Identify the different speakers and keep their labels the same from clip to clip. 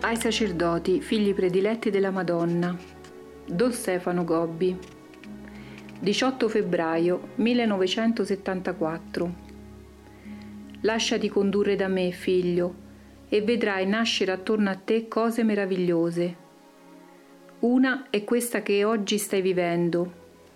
Speaker 1: Ai sacerdoti, figli prediletti della Madonna. Don Stefano Gobbi. 18 febbraio 1974. Lasciati condurre da me, figlio, e vedrai nascere attorno a te cose meravigliose. Una è questa che oggi stai vivendo.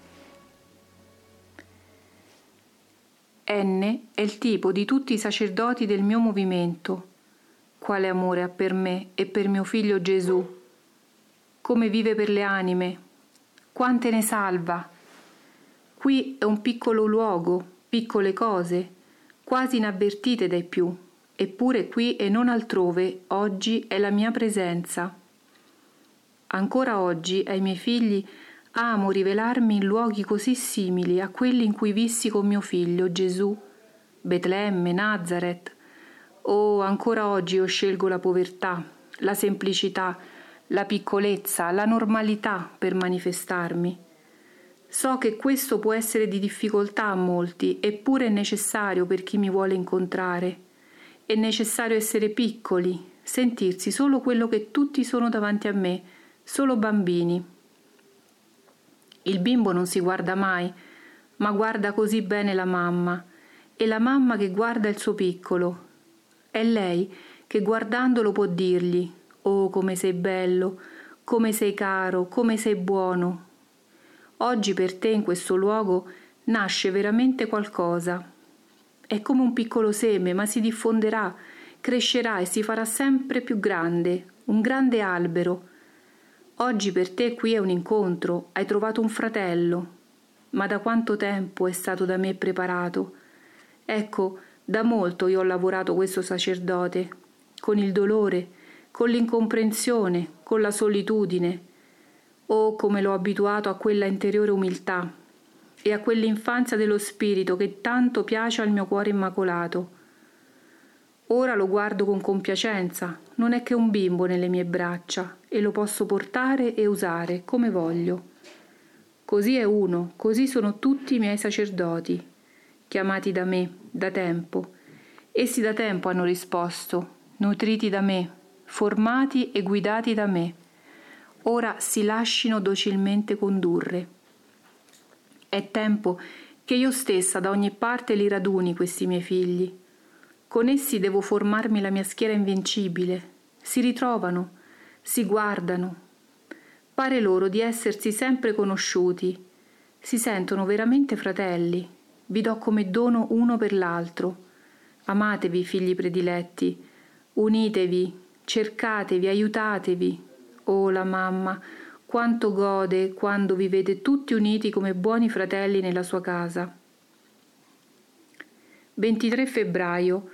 Speaker 1: N è il tipo di tutti i sacerdoti del mio movimento. Quale amore ha per me e per mio figlio Gesù. Come vive per le anime. Quante ne salva. Qui è un piccolo luogo, piccole cose, quasi inavvertite dai più, eppure qui e non altrove oggi è la mia presenza. Ancora oggi ai miei figli amo rivelarmi in luoghi così simili a quelli in cui vissi con mio figlio Gesù, Betlemme, Nazareth. Oh, ancora oggi io scelgo la povertà, la semplicità, la piccolezza, la normalità per manifestarmi. So che questo può essere di difficoltà a molti, eppure è necessario per chi mi vuole incontrare. È necessario essere piccoli, sentirsi solo quello che tutti sono davanti a me, solo bambini. Il bimbo non si guarda mai, ma guarda così bene la mamma, e la mamma che guarda il suo piccolo. È lei che guardandolo può dirgli: «Oh, come sei bello, come sei caro, come sei buono». Oggi per te in questo luogo nasce veramente qualcosa. È come un piccolo seme, ma si diffonderà, crescerà e si farà sempre più grande, un grande albero. Oggi per te qui è un incontro, hai trovato un fratello. Ma da quanto tempo è stato da me preparato? Ecco, da molto io ho lavorato questo sacerdote, con il dolore, con l'incomprensione, con la solitudine. Oh, come l'ho abituato a quella interiore umiltà e a quell'infanzia dello spirito che tanto piace al mio cuore immacolato. Ora lo guardo con compiacenza, non è che un bimbo nelle mie braccia e lo posso portare e usare come voglio. Così è uno, così sono tutti i miei sacerdoti, chiamati da me, da tempo. Essi da tempo hanno risposto, nutriti da me, formati e guidati da me. Ora si lascino docilmente condurre. È tempo che io stessa da ogni parte li raduni questi miei figli. Con essi devo formarmi la mia schiera invincibile. Si ritrovano, si guardano. Pare loro di essersi sempre conosciuti. Si sentono veramente fratelli. Vi do come dono uno per l'altro. Amatevi, figli prediletti. Unitevi, cercatevi, aiutatevi. Oh, la mamma, quanto gode quando vi vede tutti uniti come buoni fratelli nella sua casa. 23 febbraio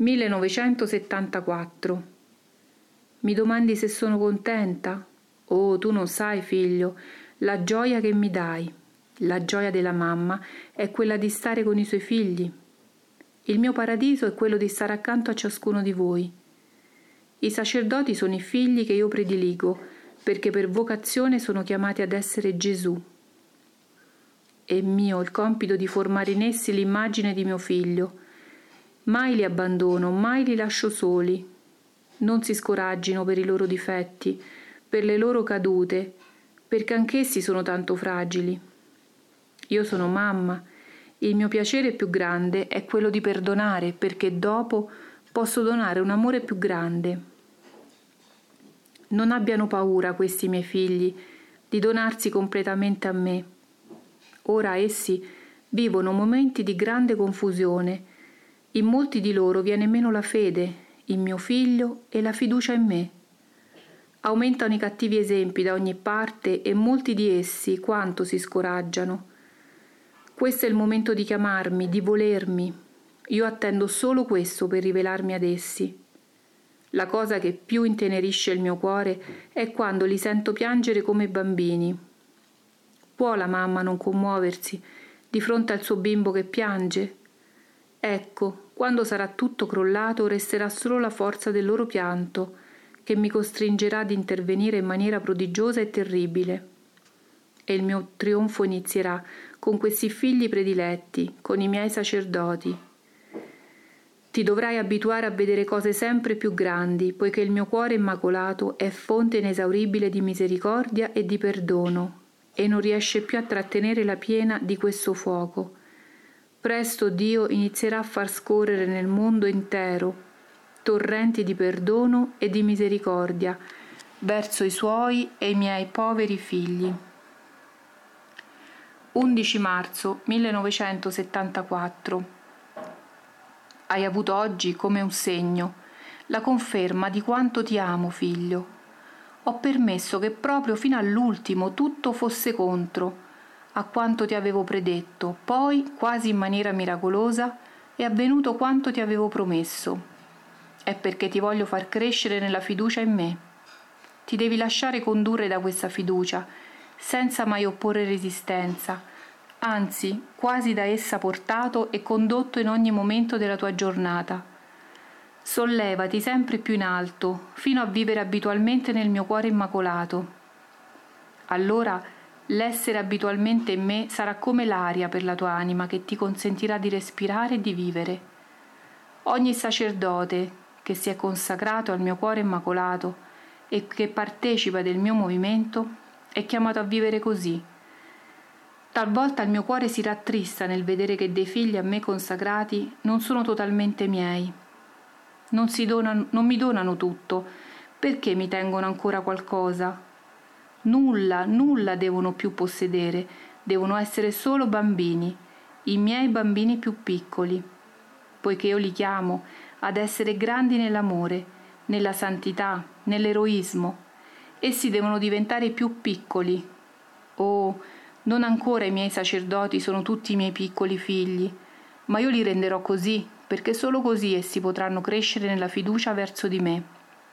Speaker 1: 1974. Mi domandi se sono contenta? Oh, tu non sai, figlio, la gioia che mi dai. La gioia della mamma è quella di stare con i suoi figli. Il mio paradiso è quello di stare accanto a ciascuno di voi. I sacerdoti sono i figli che io prediligo, perché per vocazione sono chiamati ad essere Gesù. È mio il compito di formare in essi l'immagine di mio figlio. Mai li abbandono, mai li lascio soli. Non si scoraggino per i loro difetti, per le loro cadute, perché anch'essi sono tanto fragili. Io sono mamma. Il mio piacere più grande è quello di perdonare, perché dopo posso donare un amore più grande. Non abbiano paura questi miei figli di donarsi completamente a me. Ora essi vivono momenti di grande confusione. In molti di loro viene meno la fede in mio figlio e la fiducia in me. Aumentano i cattivi esempi da ogni parte e molti di essi quanto si scoraggiano. Questo è il momento di chiamarmi, di volermi. Io attendo solo questo per rivelarmi ad essi. La cosa che più intenerisce il mio cuore è quando li sento piangere come bambini. Può la mamma non commuoversi di fronte al suo bimbo che piange? Ecco, quando sarà tutto crollato resterà solo la forza del loro pianto, che mi costringerà ad intervenire in maniera prodigiosa e terribile. E il mio trionfo inizierà con questi figli prediletti, con i miei sacerdoti. Ti dovrai abituare a vedere cose sempre più grandi, poiché il mio cuore immacolato è fonte inesauribile di misericordia e di perdono, e non riesce più a trattenere la piena di questo fuoco. Presto Dio inizierà a far scorrere nel mondo intero torrenti di perdono e di misericordia verso i suoi e i miei poveri figli. 11 marzo 1974. Hai avuto oggi come un segno la conferma di quanto ti amo, figlio. Ho permesso che proprio fino all'ultimo tutto fosse contro a quanto ti avevo predetto, poi, quasi in maniera miracolosa, è avvenuto quanto ti avevo promesso. È perché ti voglio far crescere nella fiducia in me. Ti devi lasciare condurre da questa fiducia, senza mai opporre resistenza, anzi, quasi da essa portato e condotto in ogni momento della tua giornata. Sollevati sempre più in alto, fino a vivere abitualmente nel mio cuore immacolato. Allora l'essere abitualmente in me sarà come l'aria per la tua anima che ti consentirà di respirare e di vivere. Ogni sacerdote che si è consacrato al mio cuore immacolato e che partecipa del mio movimento è chiamato a vivere così. Talvolta il mio cuore si rattrista nel vedere che dei figli a me consacrati non sono totalmente miei. Non mi donano tutto, perché mi tengono ancora qualcosa? Nulla devono più possedere, devono essere solo bambini, i miei bambini più piccoli, poiché io li chiamo ad essere grandi nell'amore, nella santità, nell'eroismo. Essi devono diventare più piccoli. Oh, non ancora i miei sacerdoti sono tutti i miei piccoli figli, ma io li renderò così, perché solo così essi potranno crescere nella fiducia verso di me.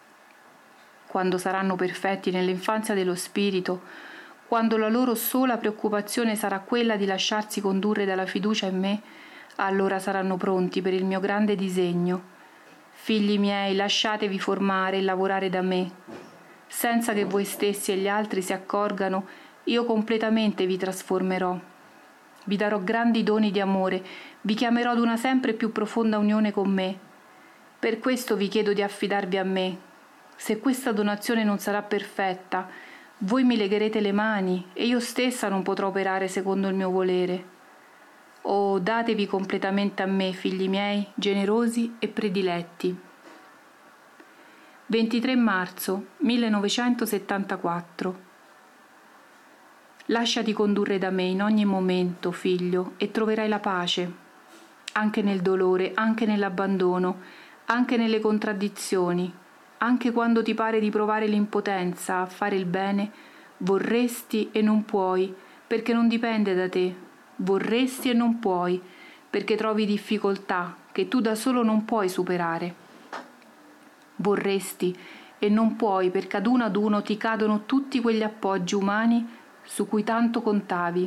Speaker 1: Quando saranno perfetti nell'infanzia dello spirito, quando la loro sola preoccupazione sarà quella di lasciarsi condurre dalla fiducia in me, allora saranno pronti per il mio grande disegno. Figli miei, lasciatevi formare e lavorare da me. Senza che voi stessi e gli altri si accorgano, io completamente vi trasformerò. Vi darò grandi doni di amore, vi chiamerò ad una sempre più profonda unione con me. Per questo vi chiedo di affidarvi a me. Se questa donazione non sarà perfetta, voi mi legherete le mani e io stessa non potrò operare secondo il mio volere. Oh, datevi completamente a me, figli miei, generosi e prediletti. 23 marzo 1974. Lasciati condurre da me in ogni momento, figlio, e troverai la pace, anche nel dolore, anche nell'abbandono, anche nelle contraddizioni, anche quando ti pare di provare l'impotenza a fare il bene, vorresti e non puoi, perché non dipende da te, vorresti e non puoi, perché trovi difficoltà che tu da solo non puoi superare. Vorresti e non puoi, perché ad uno ti cadono tutti quegli appoggi umani su cui tanto contavi.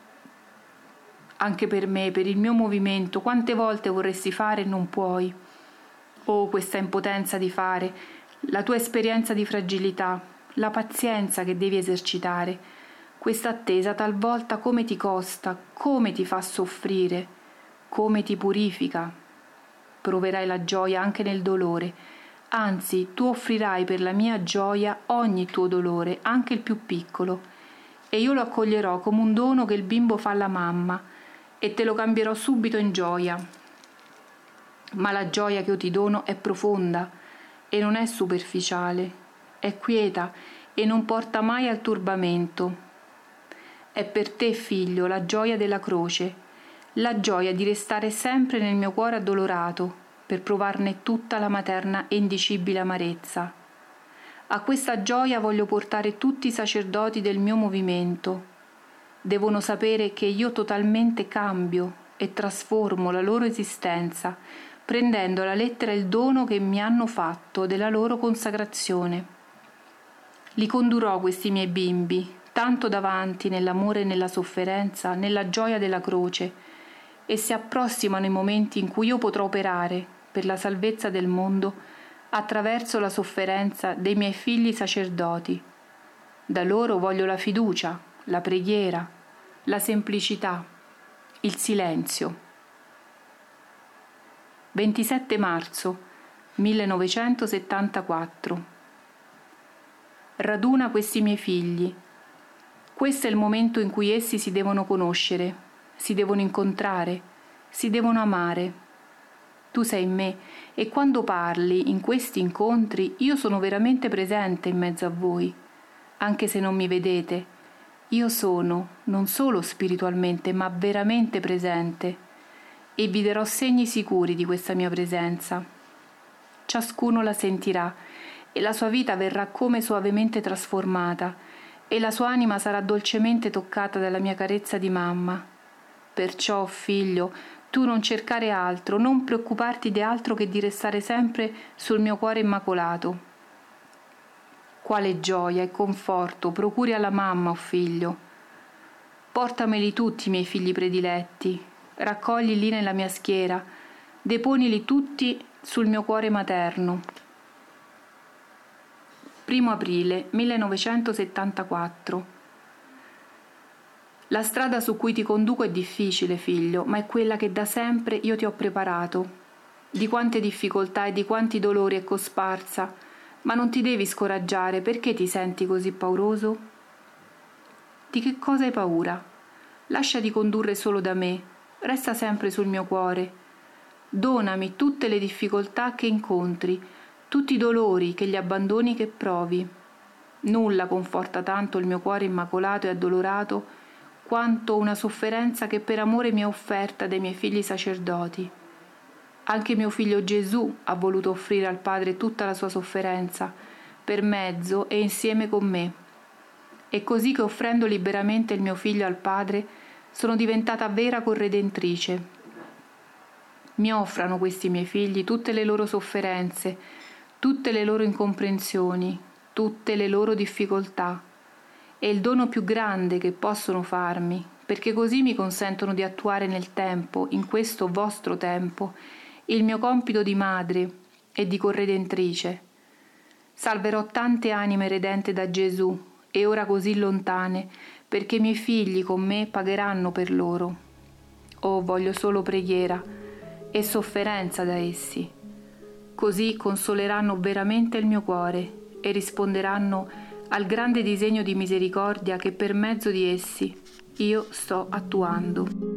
Speaker 1: Anche per me, per il mio movimento, quante volte vorresti fare e non puoi. Oh, questa impotenza di fare, la tua esperienza di fragilità, la pazienza che devi esercitare, questa attesa talvolta come ti costa, come ti fa soffrire, come ti purifica. Proverai la gioia anche nel dolore, anzi, tu offrirai per la mia gioia ogni tuo dolore, anche il più piccolo, e io lo accoglierò come un dono che il bimbo fa alla mamma e te lo cambierò subito in gioia. Ma la gioia che io ti dono è profonda e non è superficiale, è quieta e non porta mai al turbamento. È per te, figlio, la gioia della croce, la gioia di restare sempre nel mio cuore addolorato per provarne tutta la materna e indicibile amarezza. A questa gioia voglio portare tutti i sacerdoti del mio movimento. Devono sapere che io totalmente cambio e trasformo la loro esistenza, prendendo alla lettera il dono che mi hanno fatto della loro consacrazione. Li condurrò questi miei bimbi, tanto davanti nell'amore e nella sofferenza, nella gioia della croce, e si approssimano i momenti in cui io potrò operare per la salvezza del mondo attraverso la sofferenza dei miei figli sacerdoti. Da loro voglio la fiducia, la preghiera, la semplicità, il silenzio. 27 marzo 1974. Raduna questi miei figli. Questo è il momento in cui essi si devono conoscere, si devono incontrare, si devono amare. Tu sei in me e quando parli in questi incontri io sono veramente presente in mezzo a voi. Anche se non mi vedete, io sono non solo spiritualmente ma veramente presente e vi darò segni sicuri di questa mia presenza. Ciascuno la sentirà e la sua vita verrà come suavemente trasformata e la sua anima sarà dolcemente toccata dalla mia carezza di mamma. Perciò, figlio, tu non cercare altro, non preoccuparti di altro che di restare sempre sul mio cuore immacolato. Quale gioia e conforto procuri alla mamma, o figlio. Portameli tutti i miei figli prediletti, raccoglili nella mia schiera, deponili tutti sul mio cuore materno. 1 aprile 1974. La strada su cui ti conduco è difficile, figlio, ma è quella che da sempre io ti ho preparato. Di quante difficoltà e di quanti dolori è cosparsa, ma non ti devi scoraggiare. Perché ti senti così pauroso? Di che cosa hai paura? Lasciati condurre solo da me, resta sempre sul mio cuore. Donami tutte le difficoltà che incontri, tutti i dolori che gli abbandoni che provi. Nulla conforta tanto il mio cuore immacolato e addolorato quanto una sofferenza che per amore mi è offerta dai miei figli sacerdoti. Anche mio figlio Gesù ha voluto offrire al Padre tutta la sua sofferenza, per mezzo e insieme con me. È così che offrendo liberamente il mio figlio al Padre sono diventata vera corredentrice. Mi offrano questi miei figli tutte le loro sofferenze, tutte le loro incomprensioni, tutte le loro difficoltà. È il dono più grande che possono farmi, perché così mi consentono di attuare nel tempo, in questo vostro tempo, il mio compito di madre e di corredentrice. Salverò tante anime redente da Gesù e ora così lontane, perché i miei figli con me pagheranno per loro. Oh, voglio solo preghiera e sofferenza da essi. Così consoleranno veramente il mio cuore e risponderanno al grande disegno di misericordia che per mezzo di essi io sto attuando.